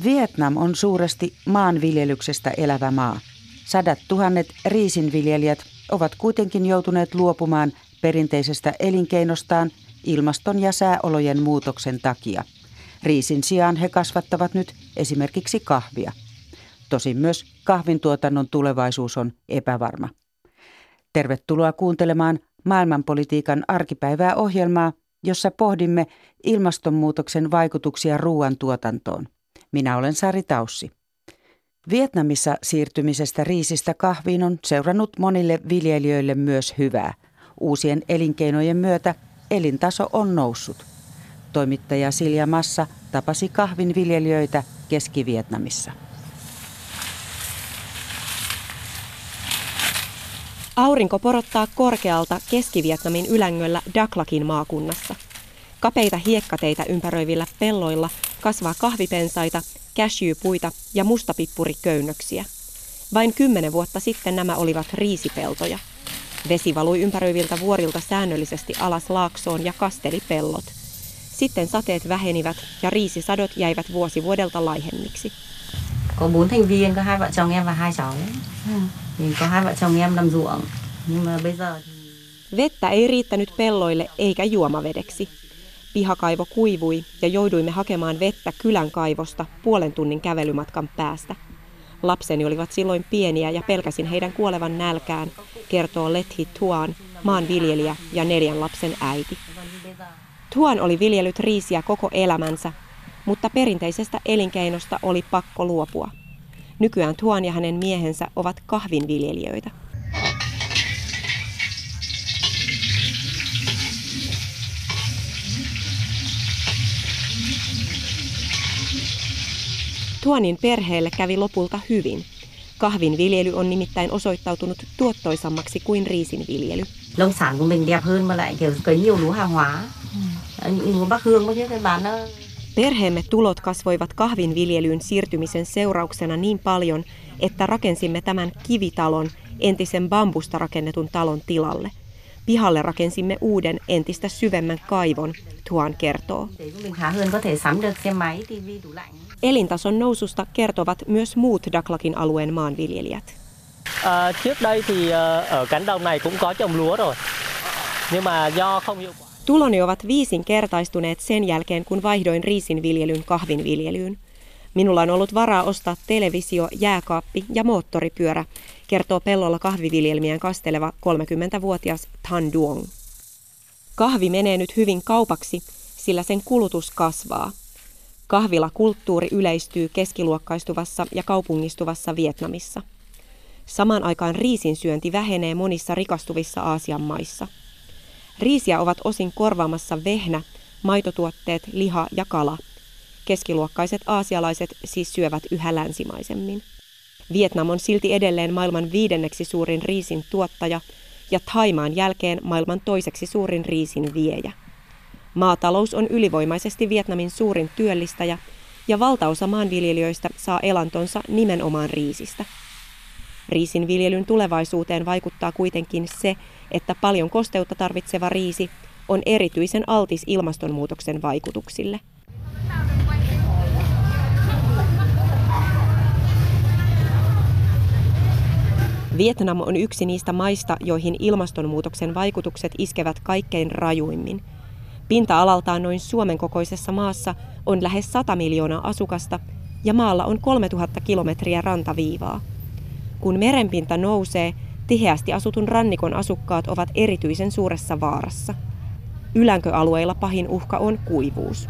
Vietnam on suuresti maanviljelyksestä elävä maa. 100 000 riisinviljelijät ovat kuitenkin joutuneet luopumaan perinteisestä elinkeinostaan ilmaston ja sääolojen muutoksen takia. Riisin sijaan he kasvattavat nyt esimerkiksi kahvia. Tosin myös kahvintuotannon tulevaisuus on epävarma. Tervetuloa kuuntelemaan maailmanpolitiikan arkipäivää ohjelmaa, jossa pohdimme ilmastonmuutoksen vaikutuksia ruoantuotantoon. Minä olen Sari Taussi. Vietnamissa siirtymisestä riisistä kahviin on seurannut monille viljelijöille myös hyvää. Uusien elinkeinojen myötä elintaso on noussut. Toimittaja Silja Massa tapasi kahvinviljelijöitä Keski-Vietnamissa. Aurinko porottaa korkealta Keski-Vietnamin ylängöllä Daklakin maakunnassa. Kapeita hiekkateitä ympäröivillä pelloilla kasvaa kahvipensaita, cashewpuita ja mustapippuriköynnöksiä. Vain 10 vuotta sitten nämä olivat riisipeltoja. Vesi valui ympäröiviltä vuorilta säännöllisesti alas laaksoon ja kasteli pellot. Sitten sateet vähenivät ja riisisadot jäivät vuosi vuodelta laihemmiksi. Có 4 thành viên, có 2 vợ chồng em và 2 cháu. Thì có 2 vợ chồng em làm ruộng. Nhưng mà bây giờ thì Vettä ei riittänyt pelloille eikä juomavedeksi. Pihakaivo kuivui ja jouduimme hakemaan vettä kylän kaivosta 0,5 tunnin kävelymatkan päästä. Lapseni olivat silloin pieniä ja pelkäsin heidän kuolevan nälkään, kertoo Lethi Thuan, maanviljelijä ja 4 lapsen äiti. Thuan oli viljellyt riisiä koko elämänsä, mutta perinteisestä elinkeinosta oli pakko luopua. Nykyään Thuan ja hänen miehensä ovat kahvinviljelijöitä. Thuanin perheelle kävi lopulta hyvin. Kahvinviljely on nimittäin osoittautunut tuottoisammaksi kuin riisinviljely. nông sản của mình đẹp hơn mà lại kiểu cấy nhiều lúa hàng hóa. Những lúa Bắc Hương có cái bán nó. Perheemme tulot kasvoivat kahvinviljelyyn siirtymisen seurauksena niin paljon, että rakensimme tämän kivitalon entisen bambusta rakennetun talon tilalle. Pihalle rakensimme uuden entistä syvemmän kaivon, Thuan kertoo. Elintason noususta kertovat myös muut Daklakin alueen maanviljelijät. Trước đây thì ở cánh đồng này cũng có trồng lúa rồi. Nhưng mà do không hiệu quả. Tuloni ovat 5-kertaistuneet sen jälkeen, kun vaihdoin riisinviljelyn kahvinviljelyyn. Minulla on ollut varaa ostaa televisio, jääkaappi ja moottoripyörä, kertoo pellolla kahviviljelmiään kasteleva 30-vuotias Thanh Duong. Kahvi menee nyt hyvin kaupaksi, sillä sen kulutus kasvaa. Kahvilakulttuuri yleistyy keskiluokkaistuvassa ja kaupungistuvassa Vietnamissa. Samaan aikaan riisin syönti vähenee monissa rikastuvissa Aasian maissa. Riisiä ovat osin korvaamassa vehnä, maitotuotteet, liha ja kala. Keskiluokkaiset aasialaiset siis syövät yhä länsimaisemmin. Vietnam on silti edelleen maailman 5. suurin riisin tuottaja ja Thaimaan jälkeen maailman 2. suurin riisin viejä. Maatalous on ylivoimaisesti Vietnamin suurin työllistäjä ja valtaosa maanviljelijöistä saa elantonsa nimenomaan riisistä. Riisinviljelyn tulevaisuuteen vaikuttaa kuitenkin se, että paljon kosteutta tarvitseva riisi on erityisen altis ilmastonmuutoksen vaikutuksille. Vietnam on yksi niistä maista, joihin ilmastonmuutoksen vaikutukset iskevät kaikkein rajuimmin. Pinta-alaltaan noin Suomen kokoisessa maassa on lähes 100 miljoonaa asukasta ja maalla on 3000 kilometriä rantaviivaa. Kun merenpinta nousee, tiheästi asutun rannikon asukkaat ovat erityisen suuressa vaarassa. Ylänköalueilla pahin uhka on kuivuus.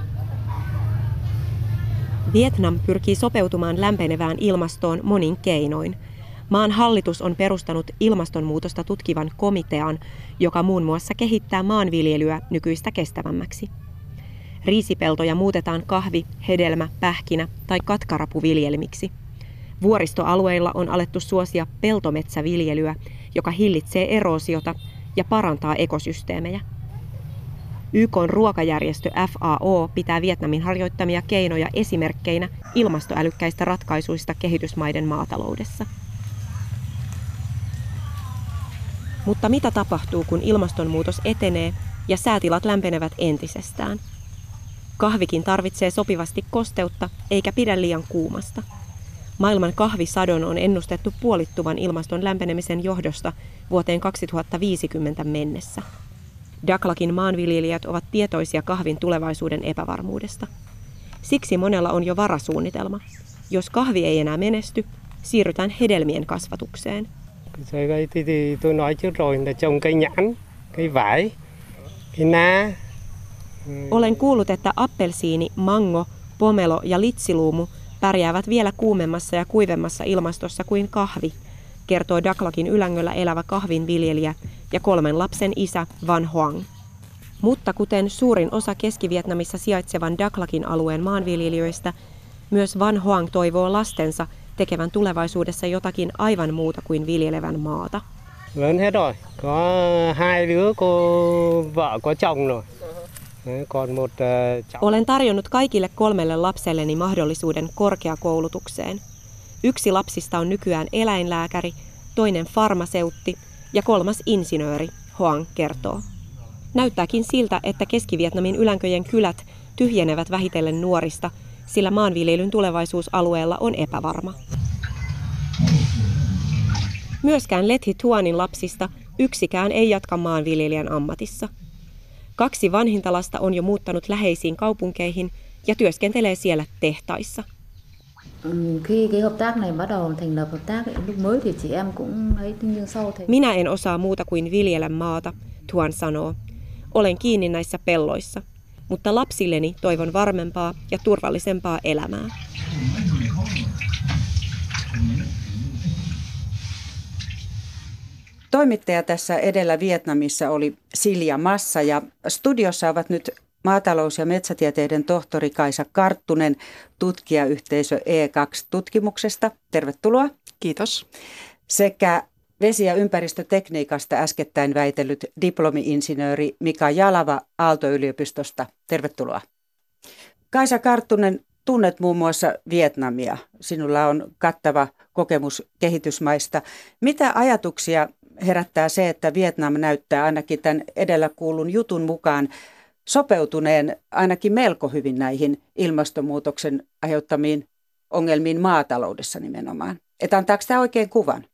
Vietnam pyrkii sopeutumaan lämpenevään ilmastoon monin keinoin. Maan hallitus on perustanut ilmastonmuutosta tutkivan komitean, joka muun muassa kehittää maanviljelyä nykyistä kestävämmäksi. Riisipeltoja muutetaan kahvi-, hedelmä-, pähkinä- tai katkarapuviljelmiksi. Vuoristoalueilla on alettu suosia peltometsäviljelyä, joka hillitsee eroosiota ja parantaa ekosysteemejä. YK:n ruokajärjestö FAO pitää Vietnamin harjoittamia keinoja esimerkkeinä ilmastoälykkäistä ratkaisuista kehitysmaiden maataloudessa. Mutta mitä tapahtuu, kun ilmastonmuutos etenee ja säätilat lämpenevät entisestään? Kahvikin tarvitsee sopivasti kosteutta eikä pidä liian kuumasta. Maailman kahvisadon on ennustettu puolittuvan ilmaston lämpenemisen johdosta vuoteen 2050 mennessä. Daklakin maanviljelijät ovat tietoisia kahvin tulevaisuuden epävarmuudesta. Siksi monella on jo varasuunnitelma. Jos kahvi ei enää menesty, siirrytään hedelmien kasvatukseen. Tôi nói trước rồi là trồng cây nhãn, cây vải, cây na. Olen kuullut, että appelsiini, mango, pomelo ja litsiluumu pärjäävät vielä kuumemmassa ja kuivemmassa ilmastossa kuin kahvi, kertoo Daklakin Ylängöllä elävä kahvinviljelijä ja 3 lapsen isä Van Hoang. Mutta kuten suurin osa Keski-Vietnamissa sijaitsevan Daklakin alueen maanviljelijöistä, myös Van Hoang toivoo lastensa tekevän tulevaisuudessa jotakin aivan muuta kuin viljelevän maata. Lớn hết rồi, có 2 đứa cô vợ có chồng rồi. Còn một cháu. Olen tarjonnut kaikille 3 lapselleni mahdollisuuden korkeakoulutukseen. 1 lapsista on nykyään eläinlääkäri, toinen farmaseutti ja 3 insinööri, Hoang kertoo. Näyttääkin siltä, että Keski-Vietnamin Ylänköjen kylät tyhjenevät vähitellen nuorista, sillä maanviljelyn tulevaisuus alueella on epävarma. Myöskään Lethi Thuanin lapsista yksikään ei jatka maanviljelijän ammatissa. 2 vanhinta lasta on jo muuttanut läheisiin kaupunkeihin ja työskentelee siellä tehtaissa. Minä en osaa muuta kuin viljellä maata, Thuan sanoo. Olen kiinni näissä pelloissa, mutta lapsilleni toivon varmempaa ja turvallisempaa elämää. Toimittaja tässä edellä Vietnamissa oli Silja Massa ja studiossa ovat nyt maatalous- ja metsätieteiden tohtori Kaisa Karttunen tutkijayhteisö E2-tutkimuksesta. Tervetuloa. Kiitos. Sekä vesi- ja ympäristötekniikasta äskettäin väitellyt diplomi-insinööri Mika Jalava Aalto-yliopistosta. Tervetuloa. Kaisa Karttunen, tunnet muun muassa Vietnamia. Sinulla on kattava kokemus kehitysmaista. Mitä ajatuksia herättää se, että Vietnam näyttää ainakin tämän edellä kuulun jutun mukaan sopeutuneen ainakin melko hyvin näihin ilmastonmuutoksen aiheuttamiin ongelmiin maataloudessa nimenomaan? Että antaako tämä oikein kuvan?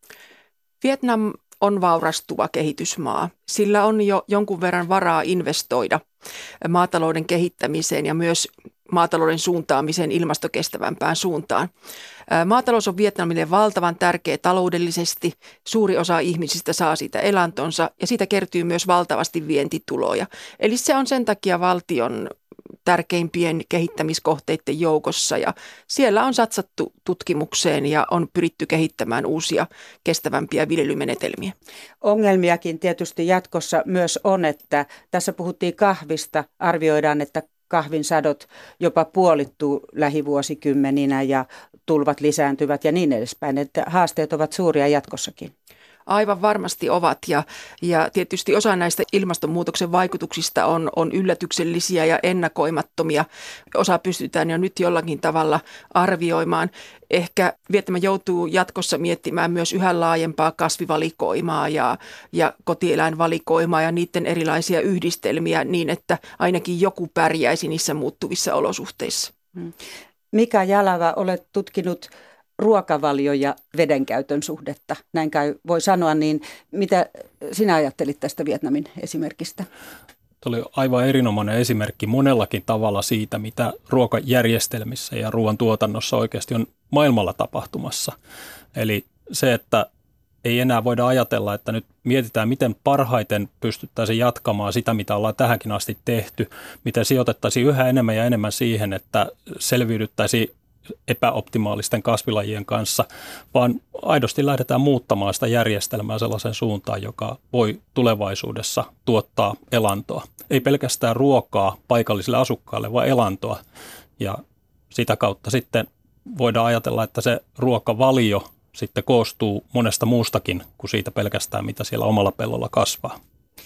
Vietnam on vaurastuva kehitysmaa. Sillä on jo jonkun verran varaa investoida maatalouden kehittämiseen ja myös maatalouden suuntaamiseen ilmastokestävämpään suuntaan. Maatalous on Vietnamille valtavan tärkeä taloudellisesti. Suuri osa ihmisistä saa siitä elantonsa ja siitä kertyy myös valtavasti vientituloja. Eli se on sen takia valtion tärkeimpien kehittämiskohteiden joukossa ja siellä on satsattu tutkimukseen ja on pyritty kehittämään uusia kestävämpiä viljelymenetelmiä. Ongelmiakin tietysti jatkossa myös on, että tässä puhuttiin kahvista, arvioidaan, että kahvin sadot jopa puolittuu lähivuosikymmeninä ja tulvat lisääntyvät ja niin edespäin, että haasteet ovat suuria jatkossakin. Aivan varmasti ovat ja tietysti osa näistä ilmastonmuutoksen vaikutuksista on yllätyksellisiä ja ennakoimattomia. Osa pystytään jo nyt jollakin tavalla arvioimaan. Ehkä Vietnam joutuu jatkossa miettimään myös yhä laajempaa kasvivalikoimaa ja kotieläinvalikoimaa ja niiden erilaisia yhdistelmiä niin, että ainakin joku pärjäisi niissä muuttuvissa olosuhteissa. Mika Jalava, olet tutkinut ruokavalio- ja vedenkäytön suhdetta, näin kai voi sanoa, niin mitä sinä ajattelit tästä Vietnamin esimerkistä? Tuo oli aivan erinomainen esimerkki monellakin tavalla siitä, mitä ruokajärjestelmissä ja ruoantuotannossa oikeasti on maailmalla tapahtumassa. Eli se, että ei enää voida ajatella, että nyt mietitään, miten parhaiten pystyttäisiin jatkamaan sitä, mitä ollaan tähänkin asti tehty, miten sijoitettaisiin yhä enemmän ja enemmän siihen, että selviydyttäisiin epäoptimaalisten kasvilajien kanssa, vaan aidosti lähdetään muuttamaan sitä järjestelmää sellaisen suuntaan, joka voi tulevaisuudessa tuottaa elantoa. Ei pelkästään ruokaa paikallisille asukkaille, vaan elantoa. Ja sitä kautta sitten voidaan ajatella, että se ruokavalio sitten koostuu monesta muustakin kuin siitä pelkästään, mitä siellä omalla pellolla kasvaa.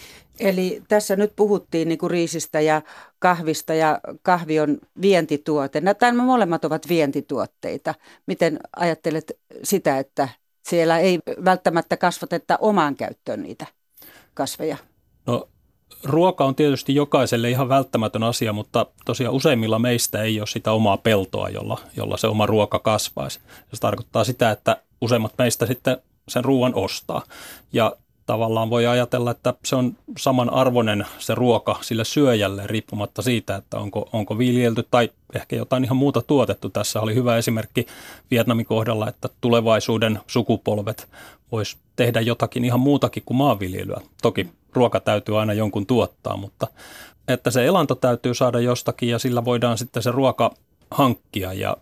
Eli tässä nyt puhuttiin niin kuin riisistä ja kahvista ja kahvi on vientituote. Nämä molemmat ovat vientituotteita. Miten ajattelet sitä, että siellä ei välttämättä kasvateta omaan käyttöön niitä kasveja? No ruoka on tietysti jokaiselle ihan välttämätön asia, mutta tosiaan useimmilla meistä ei ole sitä omaa peltoa, jolla se oma ruoka kasvaisi. Se tarkoittaa sitä, että useimmat meistä sitten sen ruoan ostaa. Ja tavallaan voi ajatella, että se on samanarvoinen se ruoka sille syöjälle riippumatta siitä, että onko viljelty tai ehkä jotain ihan muuta tuotettu. Tässä oli hyvä esimerkki Vietnamin kohdalla, että tulevaisuuden sukupolvet vois tehdä jotakin ihan muutakin kuin maanviljelyä. Toki ruoka täytyy aina jonkun tuottaa, mutta että se elanto täytyy saada jostakin ja sillä voidaan sitten se ruoka hankkia ja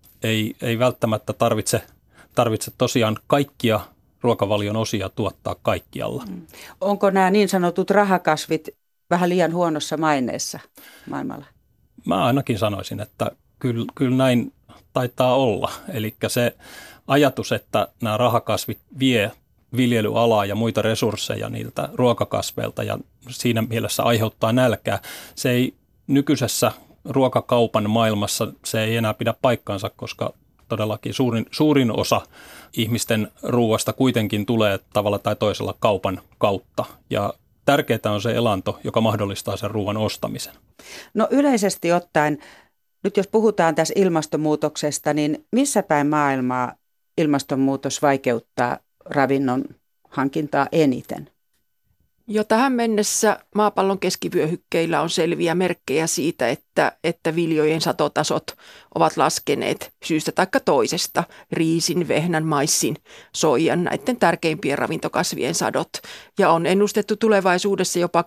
ei välttämättä tarvitse tosiaan kaikkia ruokavalion osia tuottaa kaikkialla. Onko nämä niin sanotut rahakasvit vähän liian huonossa maineessa maailmalla? Mä ainakin sanoisin, että kyllä näin taitaa olla. Eli se ajatus, että nämä rahakasvit vie viljelyalaa ja muita resursseja niiltä ruokakasveilta ja siinä mielessä aiheuttaa nälkää, se ei nykyisessä ruokakaupan maailmassa se ei enää pidä paikkaansa, koska todellakin suurin osa ihmisten ruoasta kuitenkin tulee tavalla tai toisella kaupan kautta. Ja tärkeää on se elanto, joka mahdollistaa sen ruoan ostamisen. No yleisesti ottaen, nyt jos puhutaan tässä ilmastonmuutoksesta, niin missä päin maailmaa ilmastonmuutos vaikeuttaa ravinnon hankintaa eniten? Jo tähän mennessä maapallon keskivyöhykkeillä on selviä merkkejä siitä, että viljojen satotasot ovat laskeneet syystä tai toisesta. Riisin, vehnän, maissin, soijan, näiden tärkeimpien ravintokasvien sadot. Ja on ennustettu tulevaisuudessa jopa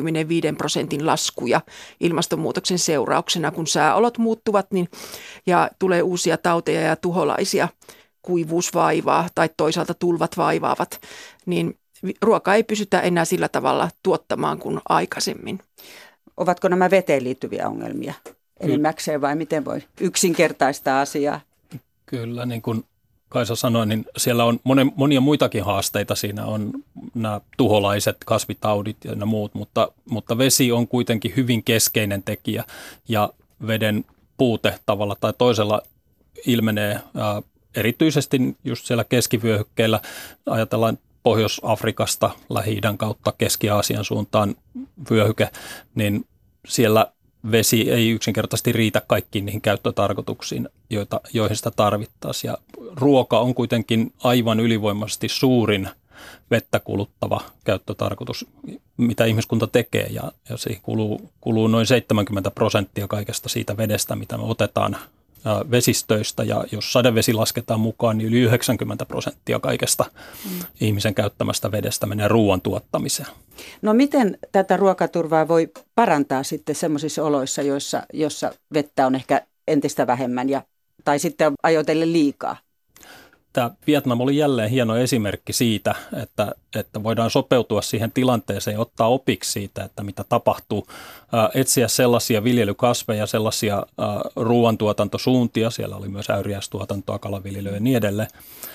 25% laskuja ilmastonmuutoksen seurauksena, kun sääolot muuttuvat ja tulee uusia tauteja ja tuholaisia, kuivuus vaivaa tai toisaalta tulvat vaivaavat, niin ruokaa ei pysytä enää sillä tavalla tuottamaan kuin aikaisemmin. Ovatko nämä veteen liittyviä ongelmia enimmäkseen vai miten voi yksinkertaistaa asiaa? Kyllä, niin kuin Kaisa sanoi, niin siellä on monia muitakin haasteita. Siinä on nämä tuholaiset, kasvitaudit ja nämä muut, mutta vesi on kuitenkin hyvin keskeinen tekijä ja veden puute tavalla tai toisella ilmenee erityisesti just siellä keskivyöhykkeellä. Ajatellaan Pohjois-Afrikasta Lähi-idän kautta Keski-Aasian suuntaan vyöhyke, niin siellä vesi ei yksinkertaisesti riitä kaikkiin niihin käyttötarkoituksiin, joihin sitä tarvittaisiin. Ja ruoka on kuitenkin aivan ylivoimaisesti suurin vettä kuluttava käyttötarkoitus, mitä ihmiskunta tekee. Ja siihen kuluu noin 70% kaikesta siitä vedestä, mitä me otetaan vesistöistä, ja jos sadevesi lasketaan mukaan, niin yli 90% kaikesta ihmisen käyttämästä vedestä menee ruoan tuottamiseen. No miten tätä ruokaturvaa voi parantaa sitten sellaisissa oloissa, joissa vettä on ehkä entistä vähemmän tai sitten ajatellen liikaa? Tämä Vietnam oli jälleen hieno esimerkki siitä, että voidaan sopeutua siihen tilanteeseen ja ottaa opiksi siitä, että mitä tapahtuu. Etsiä sellaisia viljelykasveja, sellaisia ruoantuotantosuuntia, siellä oli myös äyriäistuotantoa, kalaviljelyä ja niin edelleen,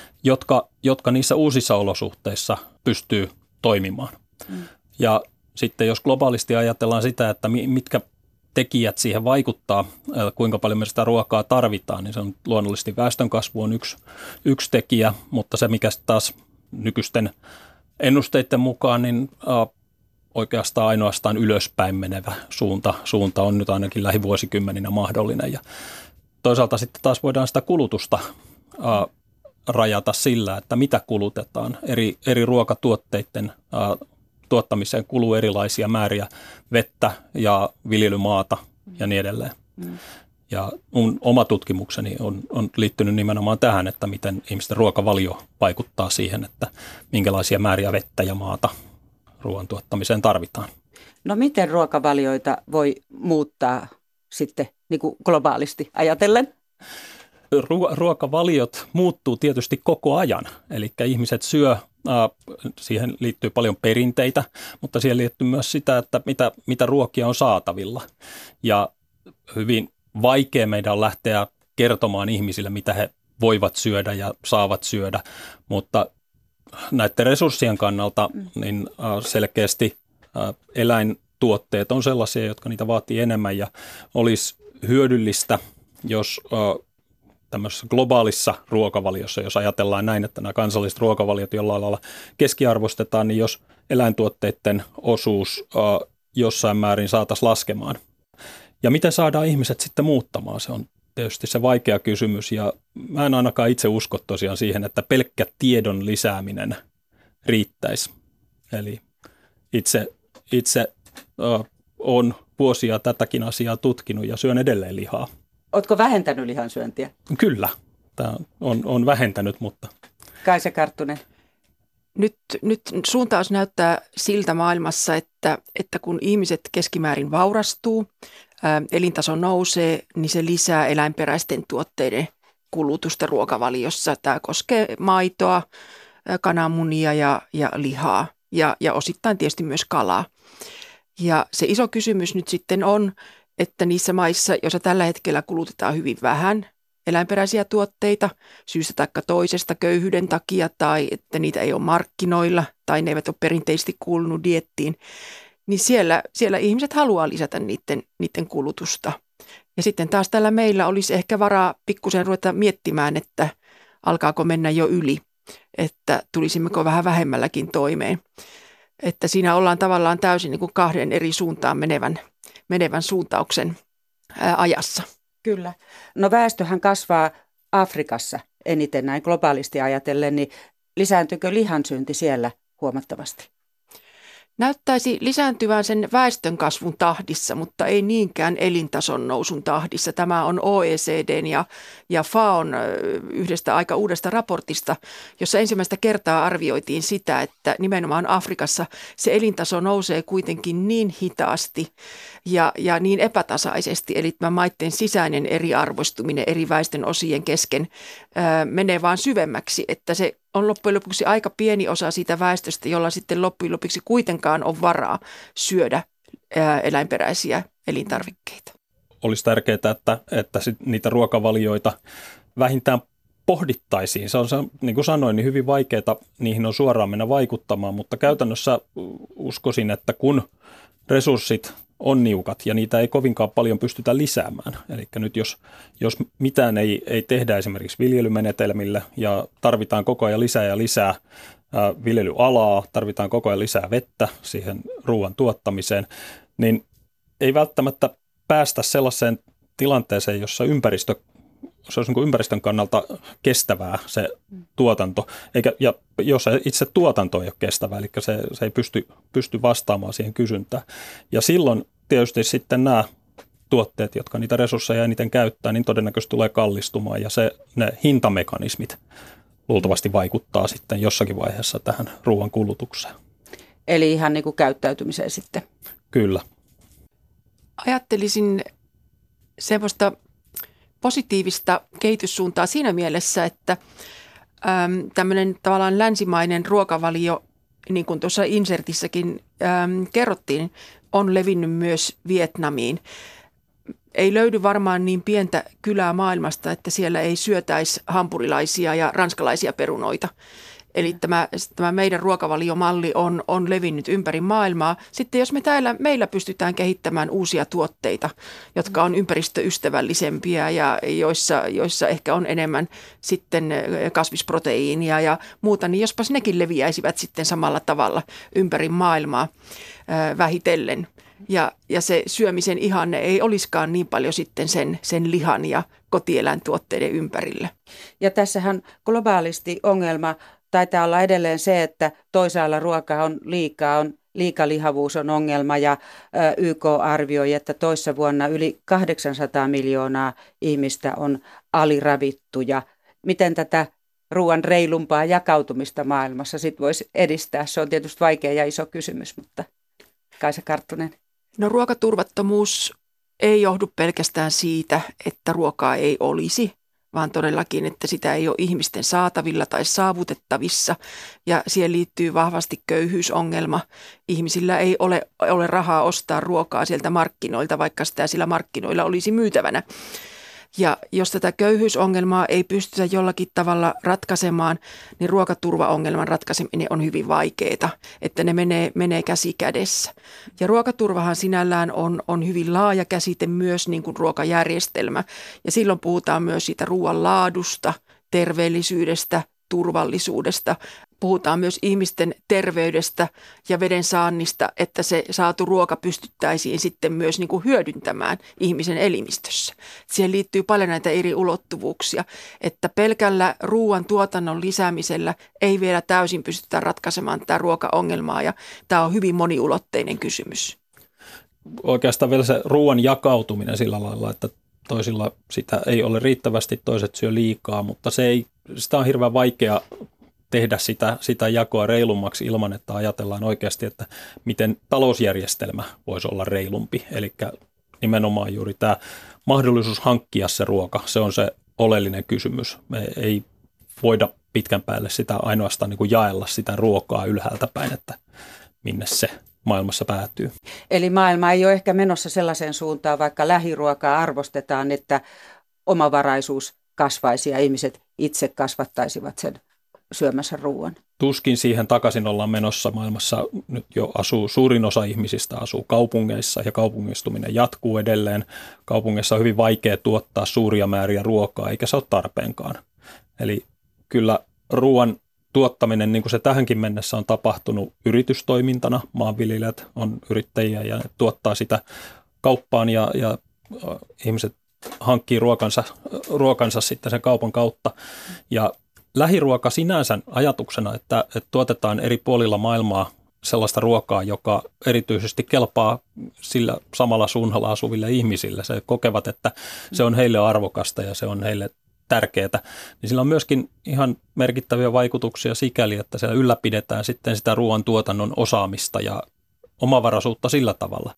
jotka niissä uusissa olosuhteissa pystyy toimimaan. Ja sitten jos globaalisti ajatellaan sitä, että mitkä tekijät siihen vaikuttaa, kuinka paljon me sitä ruokaa tarvitaan, niin se on luonnollisesti väestönkasvu on yksi tekijä, mutta se mikä taas nykyisten ennusteiden mukaan, niin oikeastaan ainoastaan ylöspäin menevä suunta on nyt ainakin lähivuosikymmeninä mahdollinen. Ja toisaalta sitten taas voidaan sitä kulutusta rajata sillä, että mitä kulutetaan. Eri ruokatuotteiden tuottamiseen kuluu erilaisia määriä vettä ja viljelymaata ja niin edelleen. Ja mun oma tutkimukseni on liittynyt nimenomaan tähän, että miten ihmisten ruokavalio vaikuttaa siihen, että minkälaisia määriä vettä ja maata ruoan tuottamiseen tarvitaan. No miten ruokavalioita voi muuttaa sitten niin kuin globaalisti ajatellen? Ruokavaliot muuttuu tietysti koko ajan, eli ihmiset syö, siihen liittyy paljon perinteitä, mutta siihen liittyy myös sitä, että mitä ruokia on saatavilla. Ja hyvin vaikea meidän on lähteä kertomaan ihmisille, mitä he voivat syödä ja saavat syödä, mutta näiden resurssien kannalta niin selkeästi eläintuotteet on sellaisia, jotka niitä vaatii enemmän ja olisi hyödyllistä, jos tämmöisessä globaalissa ruokavaliossa, jos ajatellaan näin, että nämä kansalliset ruokavaliot jollain lailla keskiarvostetaan, niin jos eläintuotteiden osuus jossain määrin saataisiin laskemaan. Ja miten saadaan ihmiset sitten muuttamaan, se on tietysti se vaikea kysymys. Ja mä en ainakaan itse usko tosiaan siihen, että pelkkä tiedon lisääminen riittäisi. Eli itse olen vuosia tätäkin asiaa tutkinut ja syön edelleen lihaa. Ootko vähentänyt lihansyöntiä? Kyllä, tämä on vähentänyt, mutta... Kaisa Karttunen. Nyt suuntaus näyttää siltä maailmassa, että kun ihmiset keskimäärin vaurastuu, elintaso nousee, niin se lisää eläinperäisten tuotteiden kulutusta ruokavaliossa. Tämä koskee maitoa, kananmunia ja lihaa ja osittain tietysti myös kalaa. Ja se iso kysymys nyt sitten on, että niissä maissa, joissa tällä hetkellä kulutetaan hyvin vähän eläinperäisiä tuotteita syystä tai toisesta köyhyyden takia tai että niitä ei ole markkinoilla tai ne eivät ole perinteisesti kuulunut dieettiin, niin siellä ihmiset haluaa lisätä niiden kulutusta. Ja sitten taas täällä meillä olisi ehkä varaa pikkusen ruveta miettimään, että alkaako mennä jo yli, että tulisimmeko vähän vähemmälläkin toimeen. Että siinä ollaan tavallaan täysin niin kuin kahden eri suuntaan menevän suuntauksen ajassa. Kyllä. No väestöhän kasvaa Afrikassa eniten näin globaalisti ajatellen, niin lisääntyykö lihansyönti siellä huomattavasti? Näyttäisi lisääntyvän sen väestönkasvun tahdissa, mutta ei niinkään elintason nousun tahdissa. Tämä on OECDn ja FAOn yhdestä aika uudesta raportista, jossa ensimmäistä kertaa arvioitiin sitä, että nimenomaan Afrikassa se elintaso nousee kuitenkin niin hitaasti ja niin epätasaisesti, eli tämä maiden sisäinen eriarvoistuminen eri väestön osien kesken menee vaan syvemmäksi, että se on loppujen lopuksi aika pieni osa siitä väestöstä, jolla sitten loppujen lopuksi kuitenkaan on varaa syödä eläinperäisiä elintarvikkeita. Olisi tärkeää, että niitä ruokavalioita vähintään pohdittaisiin. Se on, niin kuin sanoin, niin hyvin vaikeaa, niihin on suoraan mennä vaikuttamaan, mutta käytännössä uskoisin, että kun resurssit on niukat ja niitä ei kovinkaan paljon pystytä lisäämään. Eli nyt jos mitään ei tehdä esimerkiksi viljelymenetelmille ja tarvitaan koko ajan lisää viljelyalaa, tarvitaan koko ajan lisää vettä siihen ruoan tuottamiseen, niin ei välttämättä päästä sellaiseen tilanteeseen, jossa se olisi niin kuin ympäristön kannalta kestävää se tuotanto, ja jos itse tuotanto ei ole kestävää, eli se ei pysty vastaamaan siihen kysyntään. Ja silloin tietysti sitten nämä tuotteet, jotka niitä resursseja eniten käyttää, niin todennäköisesti tulee kallistumaan, ja ne hintamekanismit luultavasti vaikuttaa sitten jossakin vaiheessa tähän ruoan kulutukseen. Eli ihan niin kuin käyttäytymiseen sitten. Kyllä. Ajattelisin semmoista positiivista kehityssuuntaa siinä mielessä, että tämmöinen tavallaan länsimainen ruokavalio, niin kuin tuossa insertissäkin kerrottiin, on levinnyt myös Vietnamiin. Ei löydy varmaan niin pientä kylää maailmasta, että siellä ei syötäisi hampurilaisia ja ranskalaisia perunoita. Eli tämä meidän ruokavaliomalli on levinnyt ympäri maailmaa. Sitten jos meillä pystytään kehittämään uusia tuotteita, jotka on ympäristöystävällisempiä ja joissa ehkä on enemmän sitten kasvisproteiinia ja muuta, niin jospas nekin leviäisivät sitten samalla tavalla ympäri maailmaa vähitellen. Ja se syömisen ihanne ei olisikaan niin paljon sitten sen lihan ja kotieläintuotteiden ympärillä. Ja tässähän globaalisti ongelma taitaa olla edelleen se, että toisaalla ruokaa on liikalihavuus on ongelma ja YK arvioi, että toissa vuonna yli 800 miljoonaa ihmistä on aliravittuja. Miten tätä ruoan reilumpaa jakautumista maailmassa sit voisi edistää? Se on tietysti vaikea ja iso kysymys, mutta Kaisa Karttunen. No ruokaturvattomuus ei johdu pelkästään siitä, että ruokaa ei olisi, vaan todellakin, että sitä ei ole ihmisten saatavilla tai saavutettavissa. Ja siihen liittyy vahvasti köyhyysongelma. Ihmisillä ei ole rahaa ostaa ruokaa sieltä markkinoilta, vaikka sitä sillä markkinoilla olisi myytävänä. Ja jos tätä köyhyysongelmaa ei pystytä jollakin tavalla ratkaisemaan, niin ruokaturvaongelman ratkaiseminen on hyvin vaikeaa, että ne menee käsi kädessä. Ja ruokaturvahan sinällään on hyvin laaja käsite myös niin kuin ruokajärjestelmä. Ja silloin puhutaan myös siitä ruoan laadusta, terveellisyydestä, turvallisuudesta, puhutaan myös ihmisten terveydestä ja veden saannista, että se saatu ruoka pystyttäisiin sitten myös niin kuin hyödyntämään ihmisen elimistössä. Siihen liittyy paljon näitä eri ulottuvuuksia, että pelkällä ruoan tuotannon lisäämisellä ei vielä täysin pystytä ratkaisemaan tätä ruokaongelmaa ja tämä on hyvin moniulotteinen kysymys. Oikeastaan vielä se ruoan jakautuminen sillä lailla, että toisilla sitä ei ole riittävästi, toiset syö liikaa, mutta sitä on hirveän vaikea tehdä sitä jakoa reilummaksi ilman, että ajatellaan oikeasti, että miten talousjärjestelmä voisi olla reilumpi. Eli nimenomaan juuri tämä mahdollisuus hankkia se ruoka, se on se oleellinen kysymys. Me ei voida pitkän päälle sitä ainoastaan niin kuin jaella sitä ruokaa ylhäältä päin, että minne se maailmassa päätyy. Eli maailma ei ole ehkä menossa sellaiseen suuntaan, vaikka lähiruokaa arvostetaan, että omavaraisuus kasvaisi ja ihmiset itse kasvattaisivat sen syömässä ruoan. Tuskin siihen takaisin ollaan menossa. Maailmassa nyt jo suurin osa ihmisistä asuu kaupungeissa ja kaupungistuminen jatkuu edelleen. Kaupungeissa on hyvin vaikea tuottaa suuria määriä ruokaa, eikä se ole tarpeenkaan. Eli kyllä ruoan tuottaminen, niin kuin se tähänkin mennessä on tapahtunut yritystoimintana. Maanviljelijät on yrittäjiä ja tuottaa sitä kauppaan ja ihmiset hankkii ruokansa sitten sen kaupan kautta. Ja lähiruoka sinänsä ajatuksena, että tuotetaan eri puolilla maailmaa sellaista ruokaa, joka erityisesti kelpaa sillä samalla suunnalla asuville ihmisille. Se kokevat, että se on heille arvokasta ja se on heille tärkeää, niin sillä on myöskin ihan merkittäviä vaikutuksia sikäli, että siellä ylläpidetään sitten sitä ruoantuotannon osaamista ja omavaraisuutta sillä tavalla.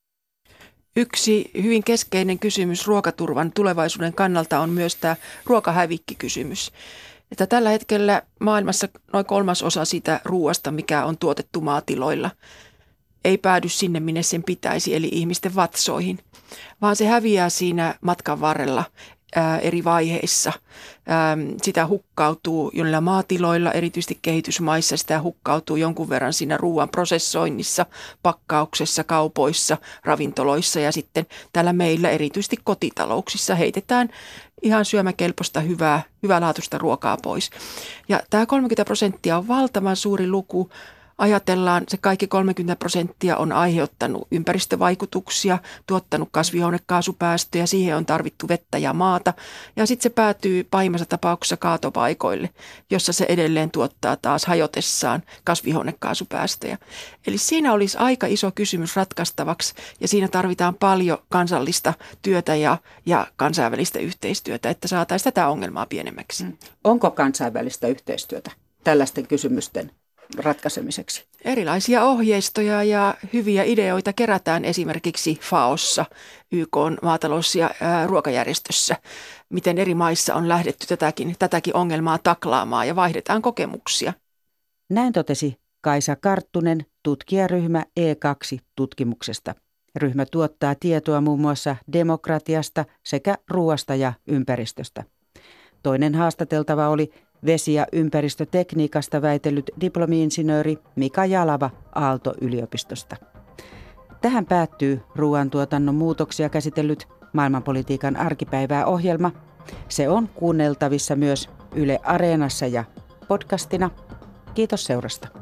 Yksi hyvin keskeinen kysymys ruokaturvan tulevaisuuden kannalta on myös tämä ruokahävikkikysymys. Että tällä hetkellä maailmassa noin 1/3 siitä ruoasta, mikä on tuotettu maatiloilla, ei päädy sinne, minne sen pitäisi, eli ihmisten vatsoihin, vaan se häviää siinä matkan varrella eri vaiheissa. Sitä hukkautuu joilla maatiloilla, erityisesti kehitysmaissa, sitä hukkautuu jonkun verran siinä ruoan prosessoinnissa, pakkauksessa, kaupoissa, ravintoloissa ja sitten täällä meillä erityisesti kotitalouksissa heitetään ihan syömäkelpoista hyvälaatuista ruokaa pois. Ja tämä 30% on valtavan suuri luku. Ajatellaan, se kaikki 30% on aiheuttanut ympäristövaikutuksia, tuottanut kasvihuonekaasupäästöjä, siihen on tarvittu vettä ja maata. Ja sitten se päätyy pahimmassa tapauksessa kaatopaikoille, jossa se edelleen tuottaa taas hajotessaan kasvihuonekaasupäästöjä. Eli siinä olisi aika iso kysymys ratkaistavaksi ja siinä tarvitaan paljon kansallista työtä ja kansainvälistä yhteistyötä, että saataisiin tätä ongelmaa pienemmäksi. Onko kansainvälistä yhteistyötä tällaisten kysymysten ratkaisemiseksi? Erilaisia ohjeistoja ja hyviä ideoita kerätään esimerkiksi FAOssa, YK:n maatalous- ja ruokajärjestössä, miten eri maissa on lähdetty tätäkin ongelmaa taklaamaan ja vaihdetaan kokemuksia. Näin totesi Kaisa Karttunen, tutkijaryhmä E2-tutkimuksesta. Ryhmä tuottaa tietoa muun muassa demokratiasta sekä ruoasta ja ympäristöstä. Toinen haastateltava oli vesi- ja ympäristötekniikasta väitellyt diplomi-insinööri Mika Jalava Aalto-yliopistosta. Tähän päättyy ruoantuotannon muutoksia käsitellyt maailmanpolitiikan arkipäivää -ohjelma. Se on kuunneltavissa myös Yle Areenassa ja podcastina. Kiitos seurasta.